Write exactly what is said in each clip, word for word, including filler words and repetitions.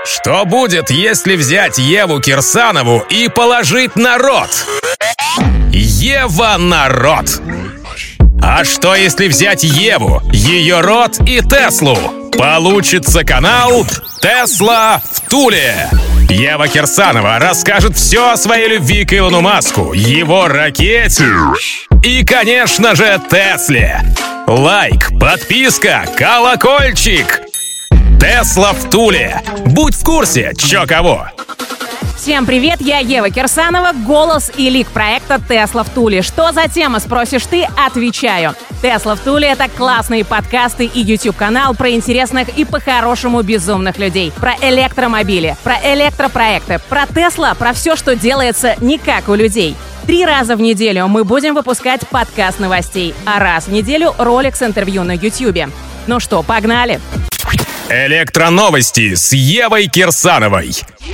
Что будет, если взять Еву Кирсанову и положить на рот? Ева на рот. А что, если взять Еву, ее рот и Теслу? Получится канал «Тесла в Туле». Ева Кирсанова расскажет все о своей любви к Илону Маску, его ракете и, конечно же, Тесле. Лайк, подписка, колокольчик. Тесла в Туле. Будь в курсе, чё кого. Всем привет, я Ева Кирсанова, голос и лик проекта «Тесла в Туле». Что за тема, спросишь ты? Отвечаю. «Тесла в Туле» — это классные подкасты и YouTube-канал про интересных и по-хорошему безумных людей. Про электромобили, про электропроекты, про Тесла, про все, что делается не как у людей. Три раза в неделю мы будем выпускать подкаст новостей, а раз в неделю ролик с интервью на YouTube. Ну что, погнали! Электроновости с Евой Кирсановой.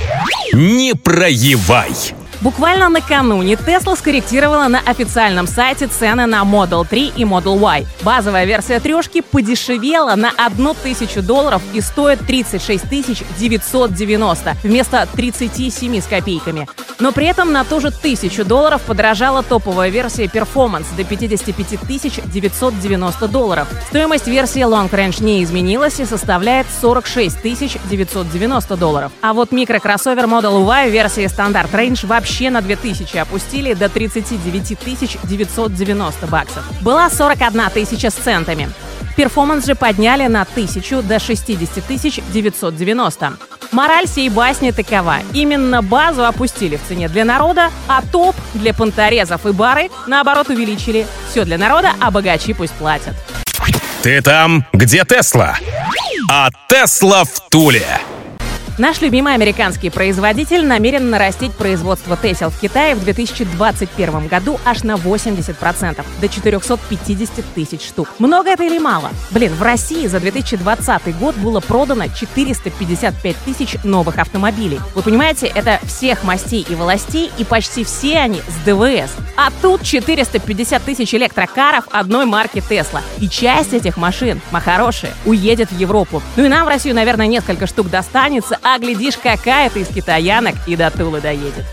Не проевай! Буквально накануне Tesla скорректировала на официальном сайте цены на Model три и Model Y. Базовая версия трешки подешевела на одну тысячу долларов и стоит тридцать шесть тысяч девятьсот девяносто вместо тридцати семи с копейками. Но при этом на ту же тысячу долларов подорожала топовая версия Performance до пятьдесят пять тысяч девятьсот девяносто долларов. Стоимость версии Long Range не изменилась и составляет сорок шесть тысяч девятьсот девяносто долларов. А вот микрокроссовер Model Y версии Standard Range вообще на две тысячи опустили до тридцать девять тысяч девятьсот девяносто баксов. Была сорок одна тысяча с центами. Performance же подняли на тысячу до шестьдесят тысяч девятьсот девяносто. Мораль сей басни такова. Именно базу опустили в цене для народа, а топ для понторезов и бары, наоборот, увеличили. Все для народа, а богачи пусть платят. Ты там, где Тесла? А Тесла в Туле. Наш любимый американский производитель намерен нарастить производство Тесел в Китае в две тысячи двадцать первом году аж на восемьдесят процентов, до четыреста пятьдесят тысяч штук. Много это или мало? Блин, в России за две тысячи двадцатый год было продано четыреста пятьдесят пять тысяч новых автомобилей. Вы понимаете, это всех мастей и властей, и почти все они с ДВС. А тут четыреста пятьдесят тысяч электрокаров одной марки Tesla. И часть этих машин, ма хорошие, уедет в Европу. Ну и нам в Россию, наверное, несколько штук достанется, а глядишь, какая-то из китаянок и до Тулы доедет.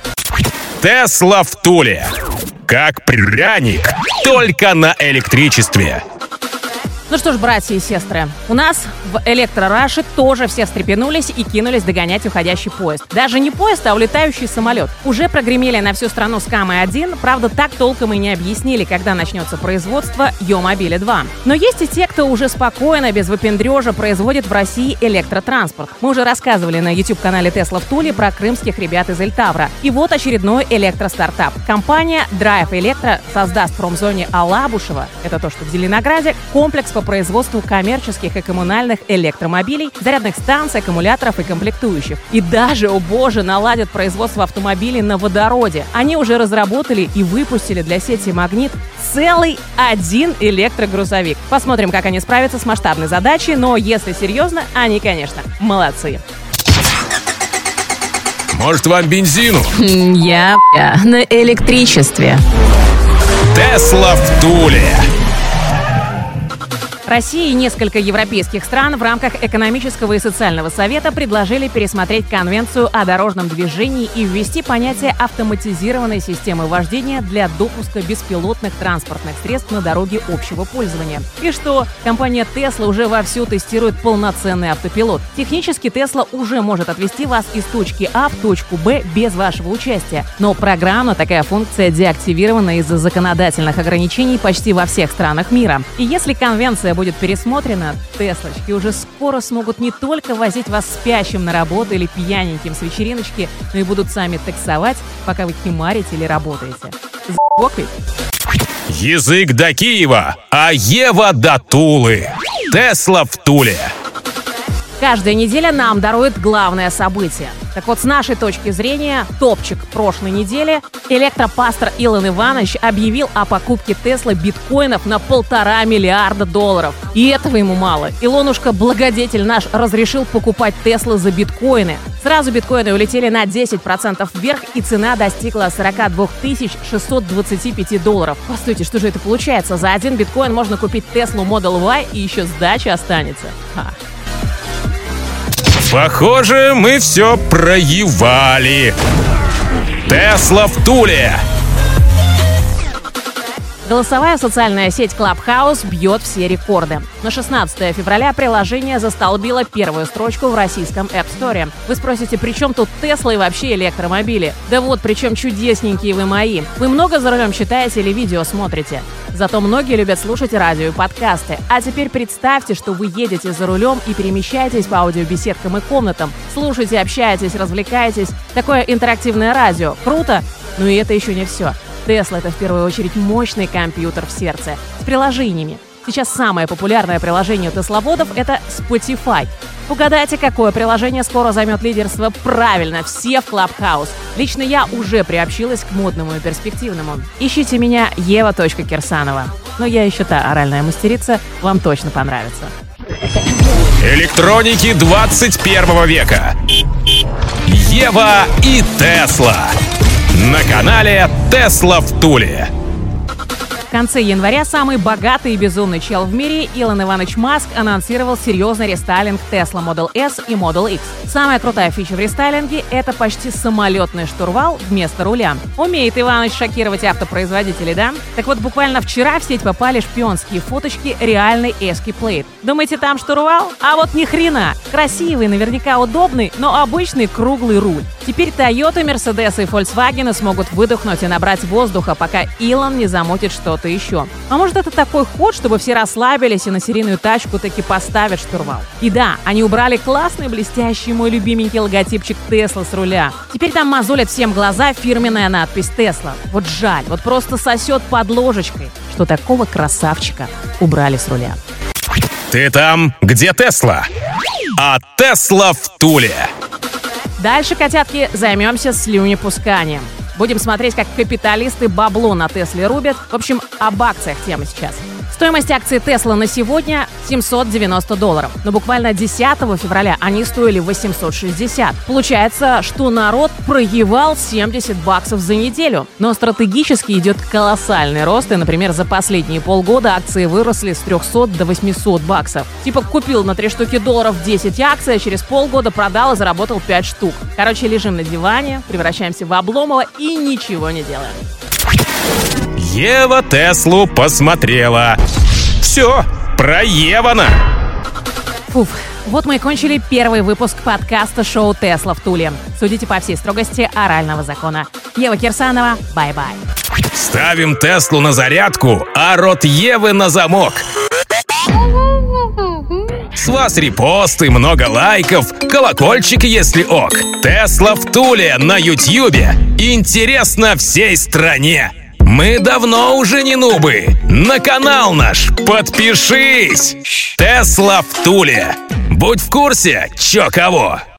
Тесла в Туле. Как пряник, только на электричестве. Ну что ж, братья и сестры, у нас в Электрораше тоже все встрепенулись и кинулись догонять уходящий поезд. Даже не поезд, а улетающий самолет. Уже прогремели на всю страну скамы один, правда, так толком и не объяснили, когда начнется производство Е-мобиля два. Но есть и те, кто уже спокойно, без выпендрежа, производит в России электротранспорт. Мы уже рассказывали на YouTube-канале Тесла в Туле про крымских ребят из Эльтавра. И вот очередной электростартап. Компания Drive Electro создаст в промзоне Алабушева, это то, что в Зеленограде, комплекс по производству коммерческих и коммунальных электромобилей, зарядных станций, аккумуляторов и комплектующих. И даже, о боже, наладят производство автомобилей на водороде. Они уже разработали и выпустили для сети «Магнит» целый один электрогрузовик. Посмотрим, как они справятся с масштабной задачей, но если серьезно, они, конечно, молодцы. Может, вам бензину? Я, я на электричестве. Тесла в Туле. Россия и несколько европейских стран в рамках Экономического и социального совета предложили пересмотреть Конвенцию о дорожном движении и ввести понятие автоматизированной системы вождения для допуска беспилотных транспортных средств на дороге общего пользования. И что компания Tesla уже вовсю тестирует полноценный автопилот. Технически Tesla уже может отвезти вас из точки А в точку Б без вашего участия. Но программно такая функция деактивирована из-за законодательных ограничений почти во всех странах мира. И если конвенция будет будет пересмотрена, Теслочки уже скоро смогут не только возить вас спящим на работу или пьяненьким с вечериночки, но и будут сами таксовать, пока вы химарите или работаете. За***ок ведь? Язык до Киева, а Ева до Тулы. Тесла в Туле. Каждая неделя нам дарует главное событие. Так вот, с нашей точки зрения, топчик прошлой недели — электропастор Илон Иванович объявил о покупке Теслы биткоинов на полтора миллиарда долларов. И этого ему мало. Илонушка, благодетель наш, разрешил покупать Теслы за биткоины. Сразу биткоины улетели на десять процентов вверх, и цена достигла сорок две тысячи шестьсот двадцать пять долларов. Постойте, что же это получается? За один биткоин можно купить Теслу Model Y, и еще сдача останется. Ха. Похоже, мы все проевали. Тесла в Туле. Голосовая социальная сеть Clubhouse бьет все рекорды. На шестнадцатое февраля приложение застолбило первую строчку в российском App Store. Вы спросите, при чем тут Тесла и вообще электромобили? Да вот, причем чудесненькие вы мои. Вы много за рулем читаете или видео смотрите? Зато многие любят слушать радио и подкасты. А теперь представьте, что вы едете за рулем и перемещаетесь по аудиобеседкам и комнатам. Слушайте, общаетесь, развлекаетесь. Такое интерактивное радио. Круто? Ну и это еще не все. Тесла — это в первую очередь мощный компьютер в сердце с приложениями. Сейчас самое популярное приложение у тесловодов — это Spotify. Угадайте, какое приложение скоро займет лидерство? Правильно, все в Clubhouse. Лично я уже приобщилась к модному и перспективному. Ищите меня ева точка кирсанова. Но я еще та оральная мастерица, вам точно понравится. Электроники двадцать первого века. Ева и Тесла. На канале Тесла в Туле. В конце января самый богатый и безумный чел в мире Илон Иванович Маск анонсировал серьезный рестайлинг Tesla Model S и Model X. Самая крутая фича в рестайлинге — это почти самолетный штурвал вместо руля. Умеет Иванович шокировать автопроизводителей, да? Так вот, буквально вчера в сеть попали шпионские фоточки реальной Escape. Думаете, там штурвал? А вот ни хрена! Красивый, наверняка удобный, но обычный круглый руль. Теперь Toyota, Mercedes и Volkswagen смогут выдохнуть и набрать воздуха, пока Илон не замутит что-то еще. А может, это такой ход, чтобы все расслабились и на серийную тачку таки поставят штурвал? И да, они убрали классный, блестящий, мой любименький логотипчик Tesla с руля. Теперь там мозолит всем глаза фирменная надпись Tesla. Вот жаль, вот просто сосет под ложечкой, что такого красавчика убрали с руля. Ты там, где Тесла? А Тесла в Туле. Дальше, котятки, займемся слюнепусканием. Будем смотреть, как капиталисты бабло на Тесле рубят. В общем, об акциях тема сейчас. Стоимость акций Tesla на сегодня семьсот девяносто долларов. Но буквально десятого февраля они стоили восемьсот шестьдесят. Получается, что народ проевал семьдесят баксов за неделю. Но стратегически идет колоссальный рост. И, например, за последние полгода акции выросли с трехсот до восьмисот баксов. Типа купил на три штуки долларов десять акций, а через полгода продал и заработал пять штук. Короче, лежим на диване, превращаемся в Обломова и ничего не делаем. Ева Теслу посмотрела. Все, проевано. Фуф, вот мы и кончили первый выпуск подкаста шоу «Тесла в Туле». Судите по всей строгости орального закона. Ева Кирсанова, бай-бай. Ставим Теслу на зарядку, а рот Евы на замок. С вас репосты, много лайков, колокольчик, если ок. Тесла в Туле на Ютьюбе. Интересно всей стране. Мы давно уже не нубы. На канал наш подпишись. Тесла в Туле. Будь в курсе, чё кого.